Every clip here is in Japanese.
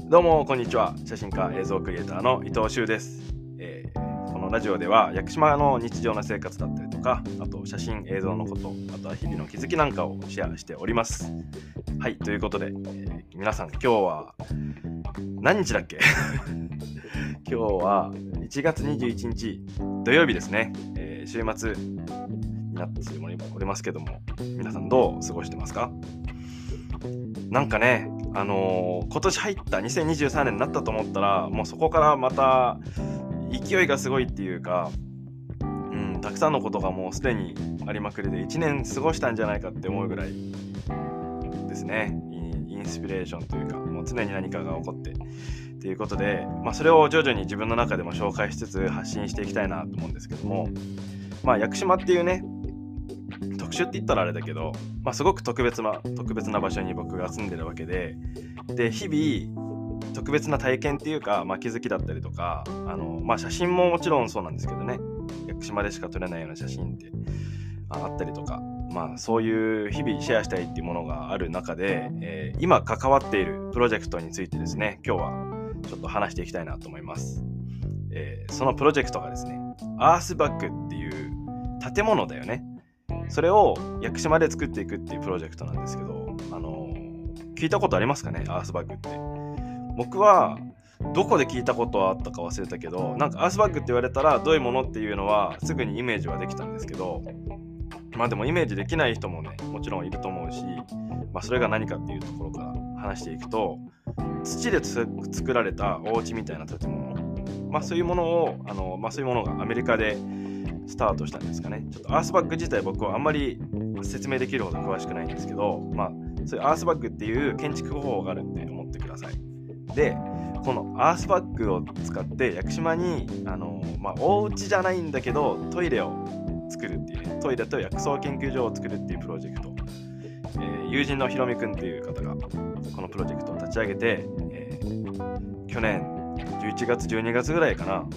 どうもこんにちは。写真家映像クリエイターの伊藤修です。このラジオでは屋久島の日常の生活だったりとか、あと写真映像のこと、あとは日々の気づきなんかをシェアしております。はい、ということで、皆さん今日は何日だっけ今日は1月21日土曜日ですね。週末になっておりますけども、皆さんどう過ごしてますか？なんかね、今年入った2023年になったと思ったら、もうそこからまた勢いがすごいっていうか、たくさんのことがもうすでにありまくりで1年過ごしたんじゃないかって思うぐらいですね。インスピレーションというか、もう常に何かが起こってということで、それを徐々に自分の中でも紹介しつつ発信していきたいなと思うんですけども、屋久島っていうね、特殊って言ったらあれだけど、すごく特別な場所に僕が住んでるわけで、日々特別な体験っていうか、気づきだったりとか、写真ももちろんそうなんですけどね、屋久島でしか撮れないような写真ってあったりとか、そういう日々シェアしたいっていうものがある中で、今関わっているプロジェクトについてですね、今日はちょっと話していきたいなと思います。そのプロジェクトがですね、アースバッグっていう建物だよね。それを屋久島で作っていくっていうプロジェクトなんですけど、聞いたことありますかね、アースバッグって。僕はどこで聞いたことはあったか忘れたけど、なんかアースバッグって言われたらどういうものっていうのはすぐにイメージはできたんですけど、でもイメージできない人もね、もちろんいると思うし、それが何かっていうところから話していくと、土で作られたお家みたいな建物、そういうものをそういうものがアメリカでスタートしたんですかね。ちょっとアースバッグ自体僕はあんまり説明できるほど詳しくないんですけど、そういうアースバッグっていう建築方法があるって思ってください。で、このアースバッグを使って屋久島にお家じゃないんだけどトイレを作るっていう、トイレと薬草研究所を作るっていうプロジェクト、友人のひろみくんっていう方がこのプロジェクトを立ち上げて、去年11月12月ぐらいかな、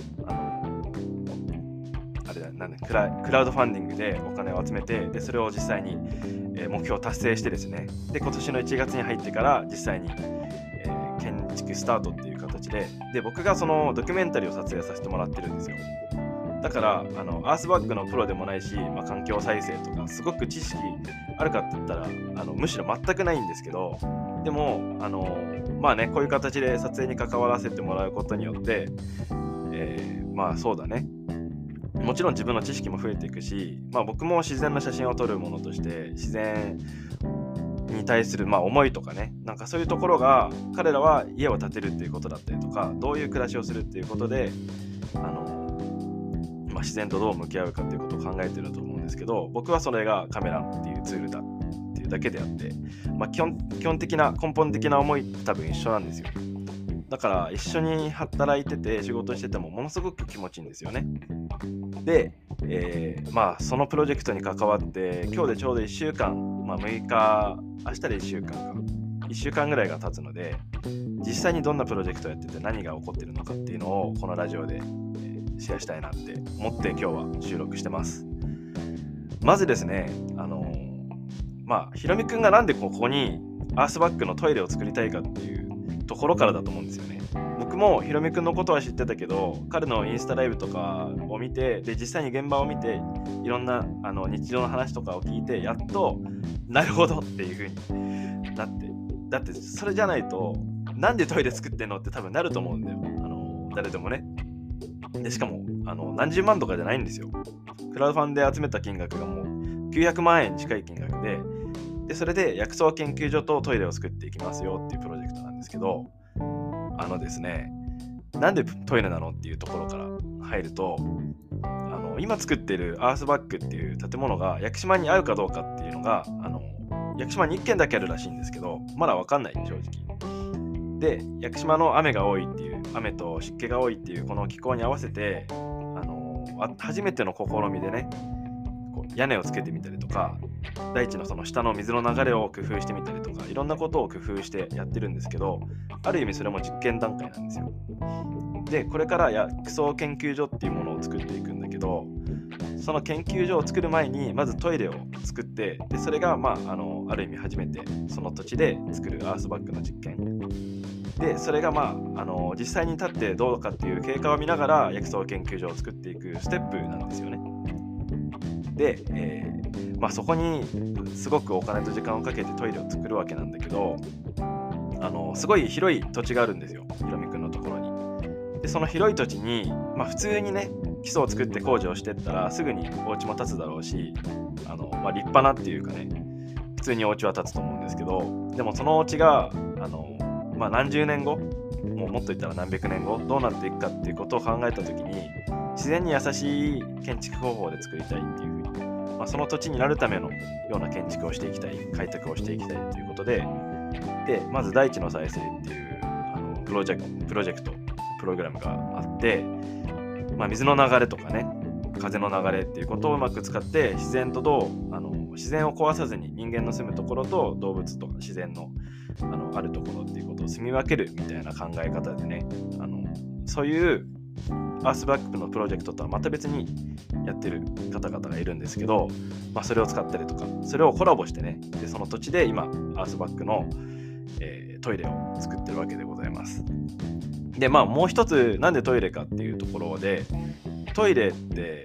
クラウドファンディングでお金を集めて、でそれを実際に、目標を達成してですね、で今年の1月に入ってから実際に、建築スタートっていう形で、僕がそのドキュメンタリーを撮影させてもらってるんですよ。だからアースバッグのプロでもないし、環境再生とかすごく知識あるかって言ったらむしろ全くないんですけど、でもこういう形で撮影に関わらせてもらうことによって、そうだね、もちろん自分の知識も増えていくし、僕も自然な写真を撮るものとして自然に対する思いとかね、なんかそういうところが、彼らは家を建てるっていうことだったりとか、どういう暮らしをするっていうことで自然とどう向き合うかっていうことを考えてると思うんですけど、僕はそれがカメラっていうツールだっていうだけであって、基本的な根本的な思い多分一緒なんですよ。だから一緒に働いてて仕事しててもものすごく気持ちいいんですよね。で、そのプロジェクトに関わって今日でちょうど1週間、6日、明日で1週間か1週間ぐらいが経つので、実際にどんなプロジェクトやってて何が起こってるのかっていうのをこのラジオでシェアしたいなって思って今日は収録してます。まずですね、ひろみくんがなんでここにアースバッグのトイレを作りたいかっていうところからだと思うんですよね。僕もひろみくんのことは知ってたけど、彼のインスタライブとかを見て、で実際に現場を見て、いろんな日常の話とかを聞いて、やっとなるほどっていう風になって、だってそれじゃないとなんでトイレ作ってんのって多分なると思うんだよ、誰でもね。でしかも何十万とかじゃないんですよ。クラウドファンで集めた金額がもう900万円近い金額で、それで薬草研究所とトイレを作っていきますよっていうプロジェクトなんですけど、ですね、なんでトイレなのっていうところから入ると、今作っているアースバッグっていう建物が屋久島に合うかどうかっていうのが屋久島に1軒だけあるらしいんですけど、まだ分かんない、正直。で、屋久島の雨と湿気が多いっていうこの気候に合わせて初めての試みでね、こう屋根をつけてみたりとか、大地のその下の水の流れを工夫してみたりとか、いろんなことを工夫してやってるんですけど、ある意味それも実験段階なんですよ。で、これから薬草研究所っていうものを作っていくんだけど、その研究所を作る前にまずトイレを作って、でそれがある意味初めてその土地で作るアースバッグの実験でそれが実際に立ってどうかっていう経過を見ながら薬草研究所を作っていくステップなんですよね。で、そこにすごくお金と時間をかけてトイレを作るわけなんだけど、すごい広い土地があるんですよ、ひろみくんのところに。でその広い土地に、普通にね基礎を作って工事をしてったらすぐにお家も建つだろうし、立派なっていうかね、普通にお家は建つと思うんですけど、でもそのお家が何十年後、もっと言ったら何百年後どうなっていくかっていうことを考えた時に、自然に優しい建築方法で作りたいっていうふうに、その土地になるためのような建築をしていきたい、開拓をしていきたいということで、まず大地の再生っていうプロジェクトプログラムがあって、水の流れとかね、風の流れっていうことをうまく使って自然と自然を壊さずに人間の住むところと動物とか自然のあるところっていうことを住み分けるみたいな考え方でね、そういうアースバックのプロジェクトとはまた別にやってる方々がいるんですけど、それを使ったりとか、それをコラボしてね、でその土地で今アースバックの、トイレを作ってるわけでございます。でもう一つ、なんでトイレかっていうところで、トイレって、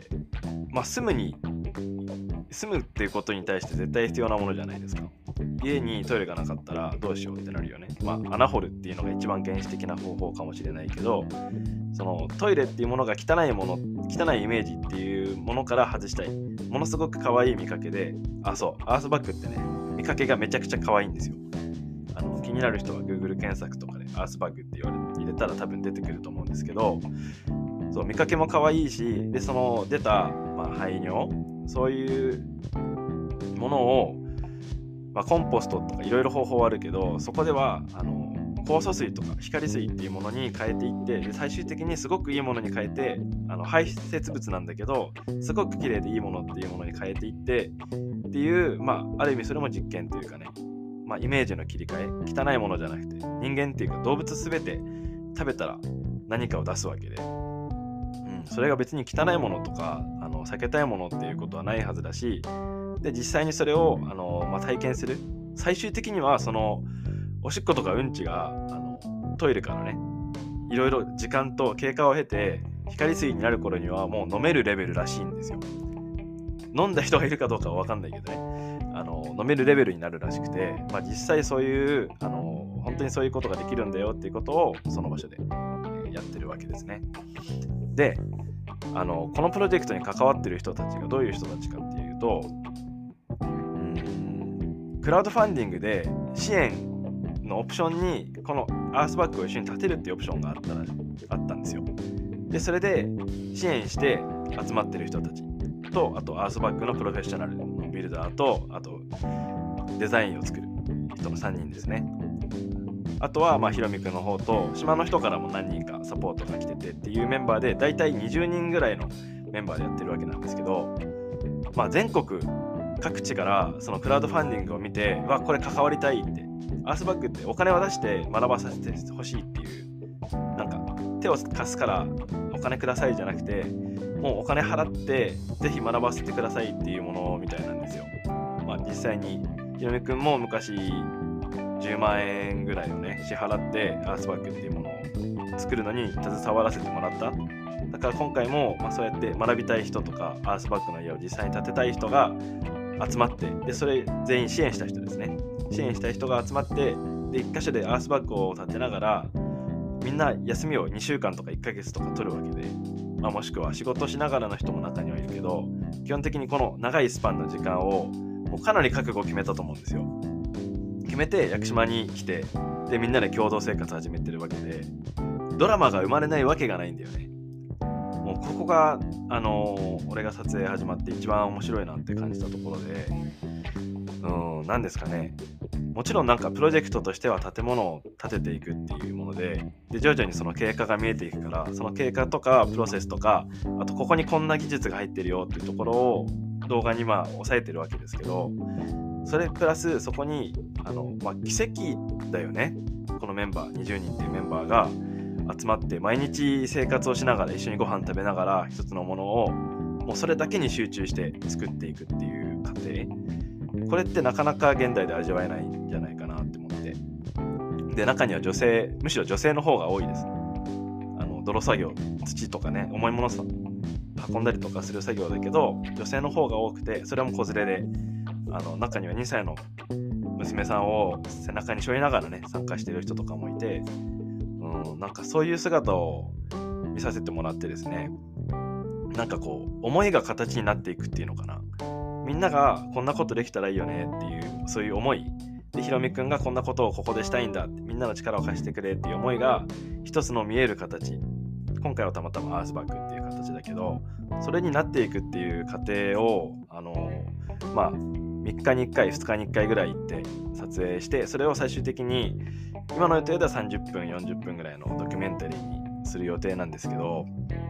住むっていうことに対して絶対必要なものじゃないですか。家にトイレがなかったらどうしようってなるよね。穴掘るっていうのが一番原始的な方法かもしれないけど、そのトイレっていうものが汚いイメージっていうものから外したい。ものすごく可愛い見かけで、アースバッグってね、見かけがめちゃくちゃ可愛いんですよ。気になる人は Google 検索とかでアースバッグって入れたら多分出てくると思うんですけど、そう見かけも可愛いし、でその出た、排尿、そういうものを、コンポストとかいろいろ方法あるけど、そこでは酵素水とか光水っていうものに変えていって、で最終的にすごくいいものに変えて、排泄物なんだけどすごく綺麗でいいものっていうものに変えていってっていう、ある意味それも実験というかね、イメージの切り替え、汚いものじゃなくて人間っていうか動物すべて食べたら何かを出すわけで、それが別に汚いものとか避けたいものっていうことはないはずだし、で実際にそれを体験する、最終的にはそのおしっことかうんちがトイレからね、いろいろ時間と経過を経て光水になる頃にはもう飲めるレベルらしいんですよ。飲んだ人がいるかどうかは分かんないけどね、飲めるレベルになるらしくて、実際そういう本当にそういうことができるんだよっていうことをその場所でやってるわけですね。でこのプロジェクトに関わってる人たちがどういう人たちかっていうと、クラウドファンディングで支援のオプションにこのアースバッグを一緒に立てるっていうオプションがあったんですよ。でそれで支援して集まってる人たちと、あとアースバッグのプロフェッショナルのビルダーと、あとデザインを作る人の3人ですね。あとはひろみくんの方と島の人からも何人かサポートが来ててっていうメンバーで、だいたい20人ぐらいのメンバーでやってるわけなんですけど、全国各地からそのクラウドファンディングを見て、これ関わりたいって、アースバッグってお金を出して学ばさせてほしいっていう、なんか手を貸すからお金くださいじゃなくて、もうお金払ってぜひ学ばせてくださいっていうものみたいなんですよ。実際にひろみくんも昔10万円ぐらいをね支払ってアースバッグっていうものを作るのに携わらせてもらった。だから今回も、そうやって学びたい人とかアースバッグの家を実際に建てたい人が集まって、でそれ全員支援した人ですね。支援した人が集まって、で1箇所でアースバッグを建てながら、みんな休みを2週間とか1ヶ月とか取るわけで、もしくは仕事しながらの人も中にはいるけど、基本的にこの長いスパンの時間をもうかなり覚悟を決めたと思うんですよ。決めて屋久島に来て、でみんなで共同生活始めてるわけで、ドラマが生まれないわけがないんだよね。もうここが俺が撮影始まって一番面白いなって感じたところで、何ですかね、もちろんなんかプロジェクトとしては建物を建てていくっていうもので、徐々にその経過が見えていくから、その経過とかプロセスとか、あとここにこんな技術が入ってるよっていうところを動画に押さえてるわけですけど、それプラスそこに奇跡だよね。このメンバー20人っていうメンバーが集まって毎日生活をしながら、一緒にご飯食べながら一つのものをもうそれだけに集中して作っていくっていう過程、これってなかなか現代で味わえないんじゃないかなって思って、 で中にはむしろ女性の方が多いです。泥作業、土とかね、重いもの運んだりとかする作業だけど女性の方が多くて、それも子連れで中には2歳の娘さんを背中に背負いながらね参加している人とかもいて、なんかそういう姿を見させてもらってですね、なんかこう思いが形になっていくっていうのかな。みんながこんなことできたらいいよねっていうそういう思いで、ひろみくんがこんなことをここでしたいんだって、みんなの力を貸してくれっていう思いが一つの見える形、今回はたまたまアースバックっていう形だけど、それになっていくっていう過程を3日に1回2日に1回ぐらい行って撮影して、それを最終的に今の予定では30分40分ぐらいのドキュメンタリーにする予定なんですけど、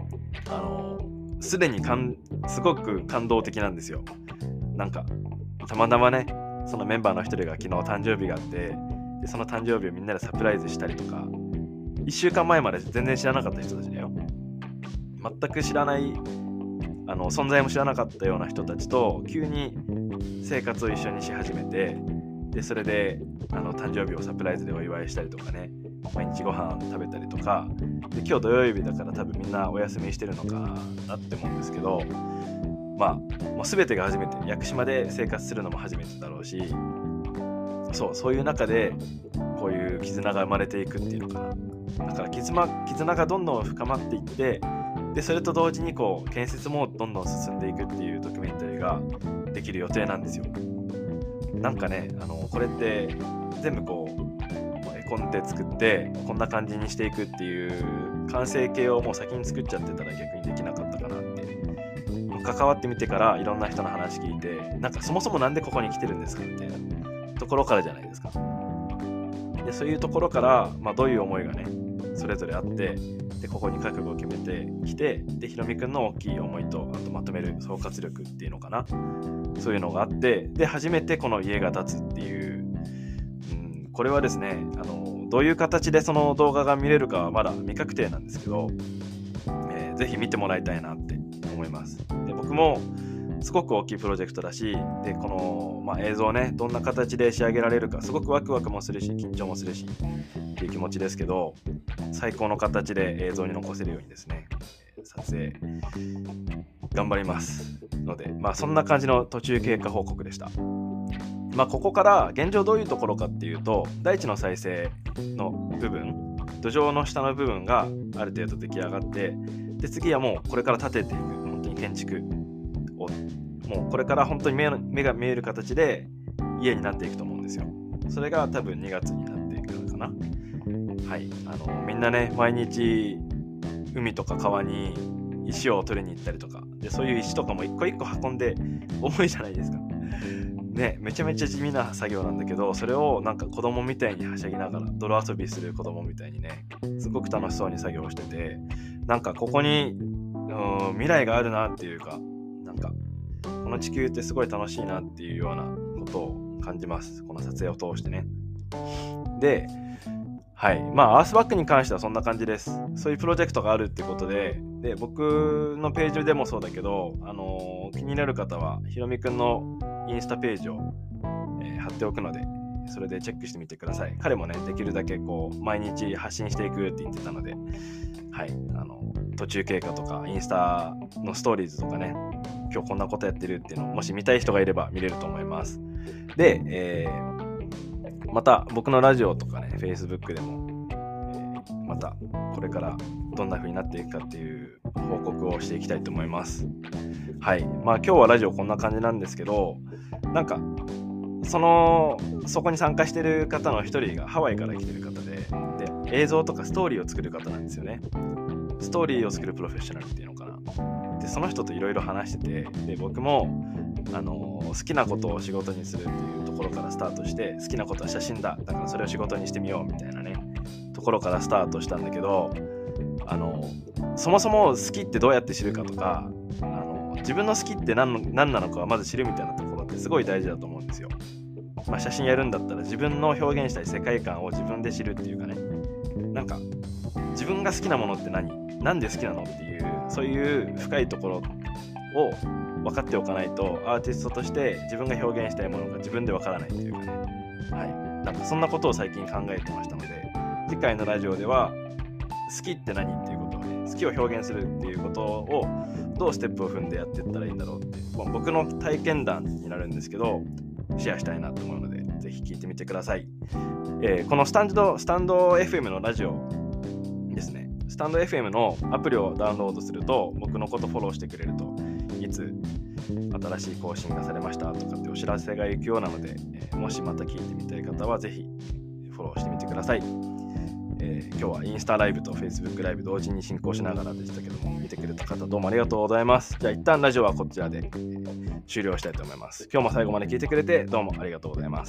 すでにすごく感動的なんですよ。なんかたまたまね、そのメンバーの一人が昨日誕生日があって、でその誕生日をみんなでサプライズしたりとか、1週間前まで全然知らなかった人たちだよ。全く知らない存在も知らなかったような人たちと急に生活を一緒にし始めて、でそれで誕生日をサプライズでお祝いしたりとかね、毎日ご飯食べたりとかで、今日土曜日だから多分みんなお休みしてるのかなって思うんですけど、もう全てが初めて、屋久島で生活するのも初めてだろうし、そういう中でこういう絆が生まれていくっていうのかな。だから絆がどんどん深まっていって、でそれと同時にこう建設もどんどん進んでいくっていうドキュメンタリーができる予定なんですよ。なんかね、これって全部こう絵コンテ作ってこんな感じにしていくっていう完成形をもう先に作っちゃってたら逆にできなかったかなって。関わってみてからいろんな人の話聞いて、なんかそもそもなんでここに来てるんですかみたいなところからじゃないですか。でそういうところから、どういう思いがねそれぞれあって、でここに覚悟を決めてきて、でひろみくんの大きい思いと、あとまとめる総括力っていうのかな、そういうのがあって、で初めてこの家が建つっていう、これはですねどういう形でその動画が見れるかはまだ未確定なんですけど、ぜひ見てもらいたいなって思います。で僕もすごく大きいプロジェクトだし、でこの、映像をねどんな形で仕上げられるかすごくワクワクもするし緊張もするしっていう気持ちですけど、最高の形で映像に残せるようにですね撮影頑張りますので、そんな感じの途中経過報告でした。ここから現状どういうところかっていうと、大地の再生の部分、土壌の下の部分がある程度出来上がって、で次はもうこれから建てていく、本当に建築をもうこれから本当に目が見える形で家になっていくと思うんですよ。それが多分2月になっていくからかな。はい、みんなね毎日海とか川に石を取りに行ったりとかで、そういう石とかも一個一個運んで重いじゃないですかね。めちゃめちゃ地味な作業なんだけど、それをなんか子供みたいにはしゃぎながら泥遊びする子供みたいにねすごく楽しそうに作業してて、なんかここに未来があるなっていうか、なんかこの地球ってすごい楽しいなっていうようなことを感じます、この撮影を通してね。ではい、アースバックに関してはそんな感じです。そういうプロジェクトがあるってことで、僕のページでもそうだけど、気になる方はひろみくんのインスタページを、貼っておくので、それでチェックしてみてください。彼もねできるだけこう毎日発信していくって言ってたので、はい、途中経過とかインスタのストーリーズとかね、今日こんなことやってるっていうのをもし見たい人がいれば見れると思います。で、また僕のラジオとかね Facebook でも、またこれからどんな風になっていくかっていう報告をしていきたいと思います。はい、今日はラジオこんな感じなんですけど、なんかそこに参加してる方の一人がハワイから来てる方で、映像とかストーリーを作る方なんですよね。ストーリーを作るプロフェッショナルっていうのかな。でその人といろいろ話してて、で僕も好きなことを仕事にするっていうところからスタートして、好きなことは写真だからそれを仕事にしてみようみたいなねところからスタートしたんだけど、そもそも好きってどうやって知るかとか、自分の好きって何なのかはまず知るみたいなところってすごい大事だと思うんですよ。写真やるんだったら自分の表現したい世界観を自分で知るっていうかね、なんか自分が好きなものってなんで好きなのっていう、そういう深いところを分かっておかないと、アーティストとして自分が表現したいものが自分で分からないっていうかね、はい、 なんかそんなことを最近考えてましたので、次回のラジオでは好きって何っていうことをね、好きを表現するっていうことをどうステップを踏んでやっていったらいいんだろうって、僕の体験談になるんですけど、シェアしたいなと思うので、ぜひ聞いてみてください。このスタンド FM のラジオですね、スタンド FM のアプリをダウンロードすると、僕のことフォローしてくれると、いつ新しい更新がされましたとかってお知らせが行くようなので、もしまた聞いてみたい方はぜひフォローしてみてください。今日はインスタライブと Facebook ライブ同時に進行しながらでしたけども、見てくれた方どうもありがとうございます。じゃあ一旦ラジオはこちらで、終了したいと思います。今日も最後まで聞いてくれてどうもありがとうございます。